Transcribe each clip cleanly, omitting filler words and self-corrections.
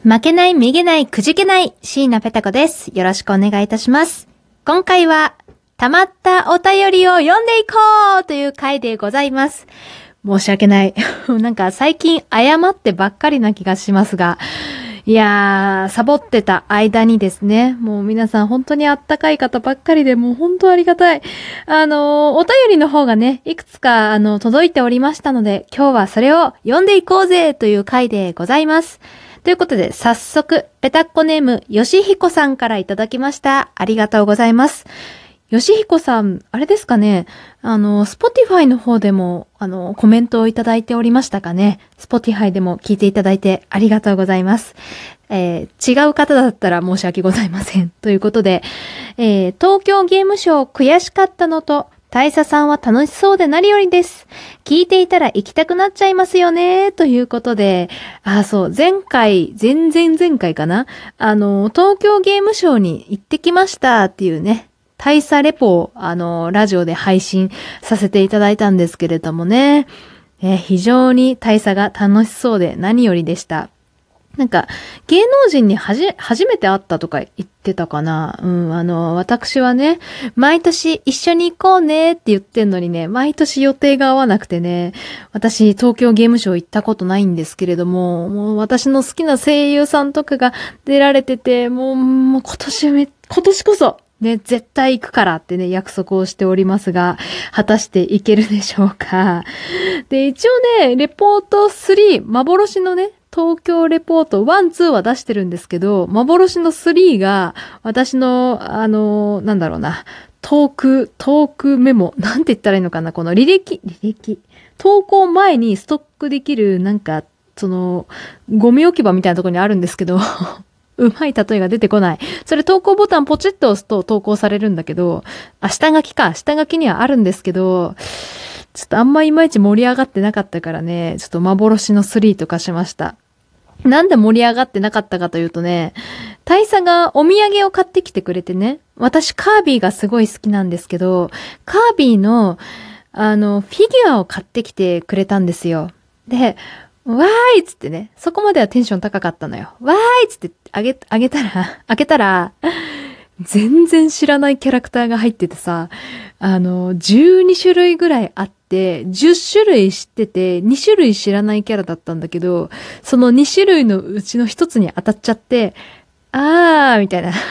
負けない、めげない、くじけない、椎名ペタ子です。よろしくお願いいたします。今回は、溜まったお便りを読んでいこうという回でございます。申し訳ない。なんか最近謝ってばっかりな気がしますが、いやー、サボってた間にですね、もう皆さん本当にあったかい方ばっかりで、もう本当ありがたい。お便りの方がね、いくつか届いておりましたので、今日はそれを読んでいこうぜという回でございます。ということで、早速、ペタッコネーム、よしひこさんからいただきました。ありがとうございます。よしひこさん、あれですかね、Spotify の方でも、コメントをいただいておりましたかね。Spotify でも聞いていただいてありがとうございます。違う方だったら申し訳ございません。ということで、東京ゲームショウ悔しかったのと、大佐さんは楽しそうで何よりです。聞いていたら行きたくなっちゃいますよね。ということで、そう、前々回かな。東京ゲームショウに行ってきましたっていうね、大佐レポを、ラジオで配信させていただいたんですけれどもね。非常に大佐が楽しそうで何よりでした。なんか、芸能人に初めて会ったとか言ってたかな。私はね、毎年一緒に行こうねって言ってんのにね、毎年予定が合わなくてね、私東京ゲームショウ行ったことないんですけれども、もう私の好きな声優さんとかが出られてて、もう今年こそ、ね、絶対行くからってね、約束をしておりますが、果たして行けるでしょうか。で、一応ね、レポート3、幻のね、東京レポート1、2は出してるんですけど、幻の3が、私の、なんだろうな、トークメモ、なんて言ったらいいのかな、この履歴、投稿前にストックできる、なんか、ゴミ置き場みたいなところにあるんですけど、うまい例えが出てこない。それ投稿ボタンポチッと押すと投稿されるんだけど、下書きにはあるんですけど、ちょっとあんまいまいち盛り上がってなかったからね、ちょっと幻の3とかしました。なんで盛り上がってなかったかというとね、大佐がお土産を買ってきてくれてね、私カービィがすごい好きなんですけど、カービィの、フィギュアを買ってきてくれたんですよ。で、わーいっつってね、そこまではテンション高かったのよ。わーいっつって開けたら、全然知らないキャラクターが入っててさ、12種類ぐらいあって、10種類知ってて、2種類知らないキャラだったんだけど、その2種類のうちの1つに当たっちゃって、みたいな。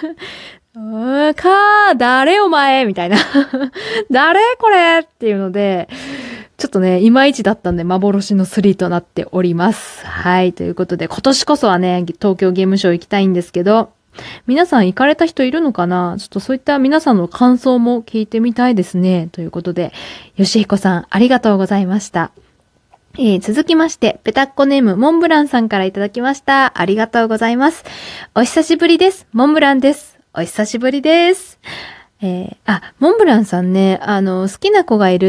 誰お前みたいな。誰これっていうので、ちょっとね、いまいちだったんで、幻の3となっております。はい。ということで、今年こそはね、東京ゲームショウ行きたいんですけど、皆さん行かれた人いるのかな？ちょっとそういった皆さんの感想も聞いてみたいですね。ということで、よしひこさん、ありがとうございました。続きまして、ペタッコネーム、モンブランさんからいただきました。ありがとうございます。お久しぶりです。モンブランです。お久しぶりです。モンブランさんね、好きな子がいるって、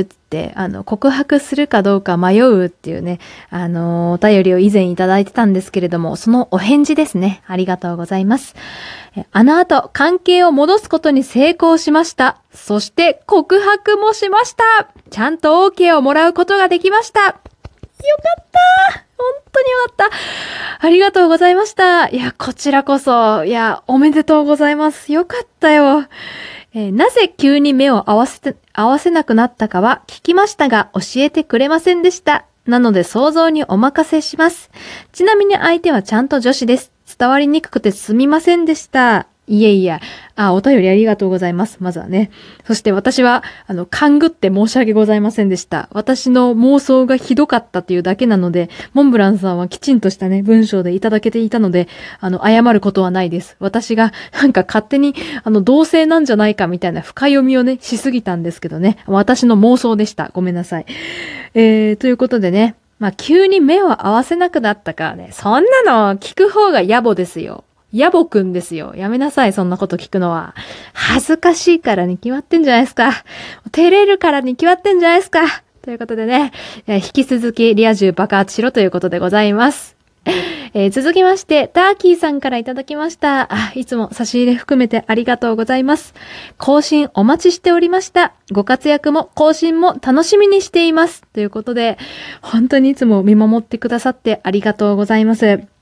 告白するかどうか迷うっていうね、お便りを以前いただいてたんですけれども、そのお返事ですね。ありがとうございます。あの後、関係を戻すことに成功しました。そして、告白もしました。ちゃんと OK をもらうことができました。よかった本当によかったありがとうございました。いや、こちらこそ、いや、おめでとうございます。よかったよ。なぜ急に目を合わせなくなったかは聞きましたが教えてくれませんでした。なので想像にお任せします。ちなみに相手はちゃんと女子です。伝わりにくくてすみませんでした。いえいえ、お便りありがとうございます。まずはね。そして私は、勘ぐって申し訳ございませんでした。私の妄想がひどかったというだけなので、モンブランさんはきちんとしたね、文章でいただけていたので、謝ることはないです。私が、なんか勝手に、同性なんじゃないかみたいな深読みをね、しすぎたんですけどね。私の妄想でした。ごめんなさい。ということでね、急に目を合わせなくなったからね、そんなの聞く方が野暮ですよ。野暮くんですよ。やめなさい、そんなこと聞くのは。恥ずかしいからに決まってんじゃないですか。照れるからに決まってんじゃないですか。ということでね、引き続きリア充爆発しろということでございます。続きまして、ターキーさんからいただきました。いつも差し入れ含めてありがとうございます。更新お待ちしておりました。ご活躍も更新も楽しみにしています。ということで、本当にいつも見守ってくださってありがとうございます。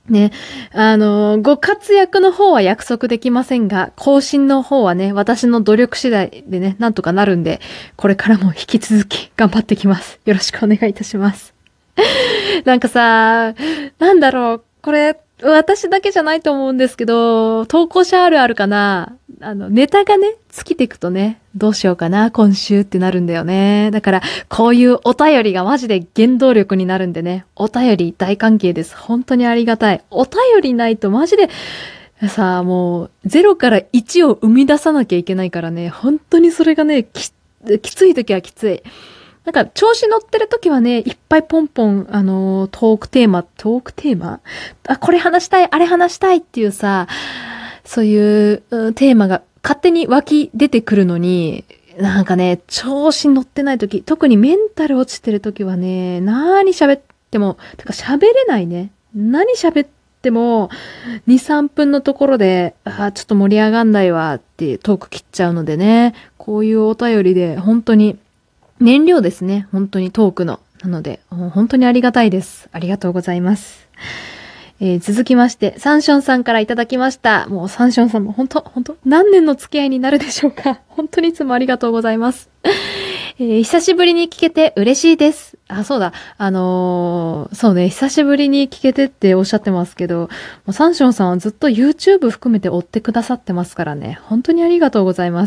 ね、ご活躍の方は約束できませんが、更新の方はね、私の努力次第でね、なんとかなるんで、これからも引き続き頑張ってきます。よろしくお願いいたします。なんかさ、なんだろう、これ、私だけじゃないと思うんですけど、投稿者あるあるかな。ネタがね、尽きていくとね、どうしようかな、今週ってなるんだよね。だから、こういうお便りがマジで原動力になるんでね、お便り大関係です。本当にありがたい。お便りないとマジで、さあ、もう、0から1を生み出さなきゃいけないからね、本当にそれがね、きつい時はきつい。なんか、調子乗ってる時はね、いっぱいポンポン、トークテーマあ、これ話したい、あれ話したいっていうさ、そういう、テーマが勝手に湧き出てくるのに、なんかね、調子乗ってない時、特にメンタル落ちてる時はね、何喋っても、てか喋れないね。何喋っても、2、3分のところで、ちょっと盛り上がんないわってトーク切っちゃうのでね、こういうお便りで本当に、燃料ですね。本当にトークの。なので、本当にありがたいです。ありがとうございます。続きまして、サンションさんからいただきました。もうサンションさんも本当何年の付き合いになるでしょうか。本当にいつもありがとうございます。久しぶりに聞けて嬉しいです。あ、そうだ。そうね、久しぶりに聞けてっておっしゃってますけど、もうサンションさんはずっと YouTube 含めて追ってくださってますからね。本当にありがとうございます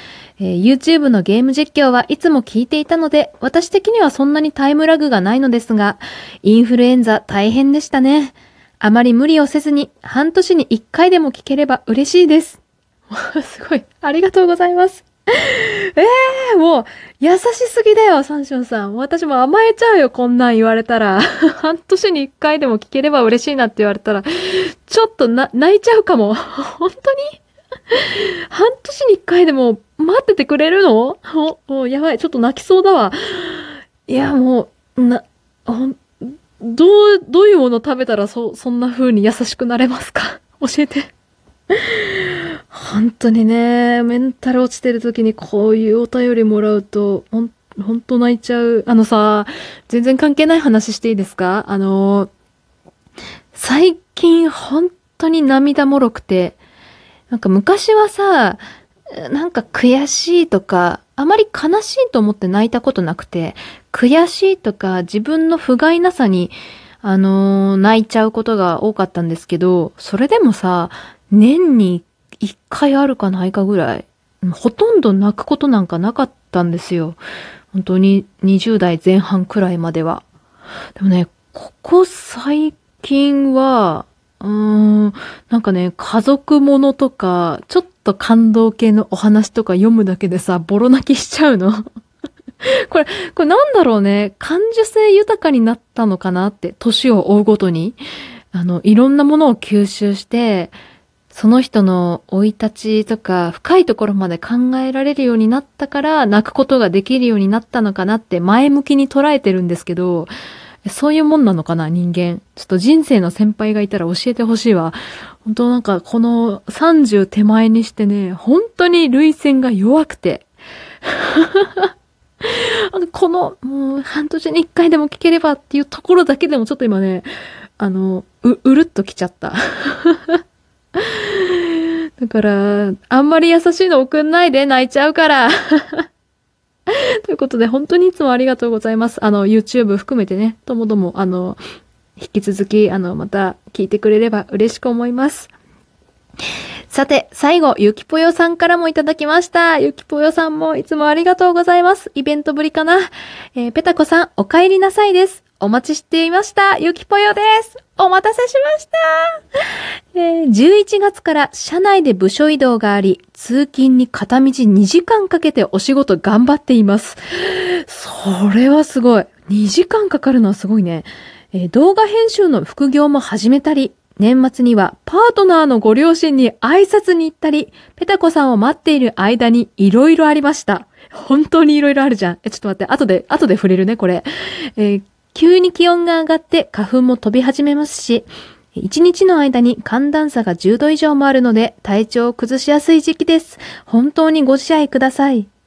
。YouTube のゲーム実況はいつも聞いていたので、私的にはそんなにタイムラグがないのですが、インフルエンザ大変でしたね。あまり無理をせずに、半年に1回でも聞ければ嬉しいです。すごい。ありがとうございます。もう、優しすぎだよ、サンションさん。私も甘えちゃうよ、こんなん言われたら。半年に1回でも聞ければ嬉しいなって言われたら、ちょっと泣いちゃうかも。本当に半年に1回でも待っててくれるの？やばい、ちょっと泣きそうだわ。いや、もう、どういうもの食べたらそんな風に優しくなれますか？教えて。本当にね、メンタル落ちてる時にこういうお便りもらうと、ほんと泣いちゃう。全然関係ない話していいですか？最近本当に涙もろくて、なんか昔はさ、なんか悔しいとか、あまり悲しいと思って泣いたことなくて、悔しいとか自分の不甲斐なさに、泣いちゃうことが多かったんですけど、それでもさ、年に1回あるかないかぐらい、ほとんど泣くことなんかなかったんですよ。本当に20代前半くらいまでは。でもね、ここ最近は、なんかね、家族ものとか、ちょっと感動系のお話とか読むだけでさ、ボロ泣きしちゃうの。これなんだろうね、感受性豊かになったのかなって、年を追うごとに。いろんなものを吸収して、その人の生い立ちとか、深いところまで考えられるようになったから、泣くことができるようになったのかなって前向きに捉えてるんですけど、そういうもんなのかな、人間。ちょっと人生の先輩がいたら教えてほしいわ。本当なんかこの30手前にしてね、本当に涙腺が弱くて。もう半年に1回でも聞ければっていうところだけでもちょっと今ね、うるっときちゃった。だから、あんまり優しいの送んないで、泣いちゃうから。ということで、本当にいつもありがとうございます。YouTube 含めてね、ともども、引き続き、また聞いてくれれば嬉しく思います。さて、最後、ゆきぽよさんからもいただきました。ゆきぽよさんもいつもありがとうございます。イベントぶりかな。ペタコさん、お帰りなさいです。お待ちしていました。ゆきぽよです。お待たせしました。11月から社内で部署移動があり、通勤に片道2時間かけてお仕事頑張っています。それはすごい。2時間かかるのはすごいね。動画編集の副業も始めたり、年末にはパートナーのご両親に挨拶に行ったり、ペタコさんを待っている間に色々ありました。本当に色々あるじゃん。ちょっと待って、後で触れるね、これ。急に気温が上がって花粉も飛び始めますし、1日の間に寒暖差が10度以上もあるので体調を崩しやすい時期です。本当にご自愛ください。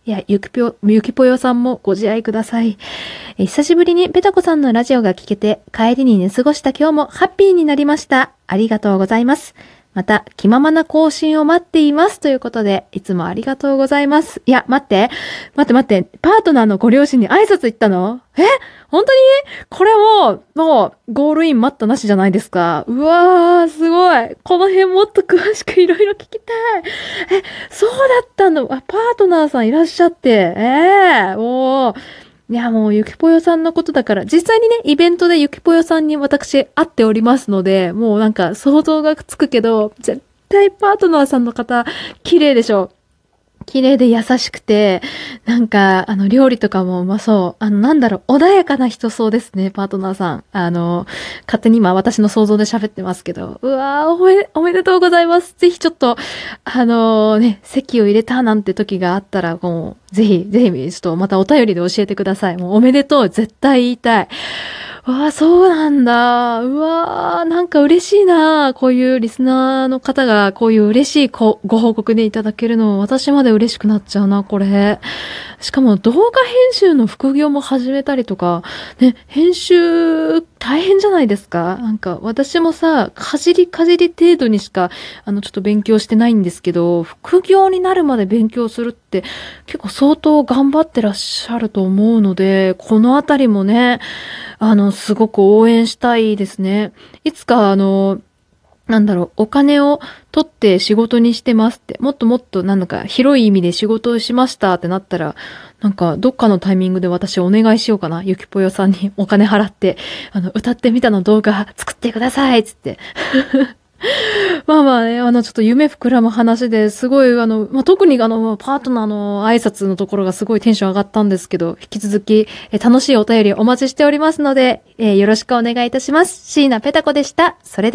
いや、ゆきぽよさんもご自愛ください。久しぶりにペタコさんのラジオが聞けて、帰りに寝過ごした今日もハッピーになりました。ありがとうございます。また、気ままな更新を待っています。ということで、いつもありがとうございます。いや、待って。パートナーのご両親に挨拶行ったの？本当に？これもう、ゴールイン待ったなしじゃないですか。うわー、すごい。この辺もっと詳しくいろいろ聞きたい。そうだったの？パートナーさんいらっしゃって。いや、もう、ゆきぽよさんのことだから、実際にね、イベントでゆきぽよさんに私会っておりますので、もうなんか想像がつくけど、絶対パートナーさんの方、綺麗でしょ。綺麗で優しくて、なんか、料理とかもうまそう。穏やかな人そうですね、パートナーさん。勝手に今私の想像で喋ってますけど。うわー、おめでとうございます。ぜひちょっと、席を入れたなんて時があったら、もう、ぜひ、ちょっとまたお便りで教えてください。もうおめでとう、絶対言いたい。わあ、そうなんだ。うわあ、なんか嬉しいな。こういうリスナーの方がこういう嬉しいご報告でいただけるの、私まで嬉しくなっちゃうな、これ。しかも動画編集の副業も始めたりとか、ね、編集大変じゃないですか？なんか私もさ、かじり程度にしか、ちょっと勉強してないんですけど、副業になるまで勉強するって結構相当頑張ってらっしゃると思うので、このあたりもね、すごく応援したいですね。いつかお金を取って仕事にしてますって、もっと広い意味で仕事をしましたってなったら、どっかのタイミングで私お願いしようかな。ゆきぽよさんにお金払って、歌ってみたの動画作ってくださいつって。まあね、ちょっと夢膨らむ話ですごい、特にパートナーの挨拶のところがすごいテンション上がったんですけど、引き続き、楽しいお便りお待ちしておりますので、よろしくお願いいたします。椎名ペタ子でした。それでは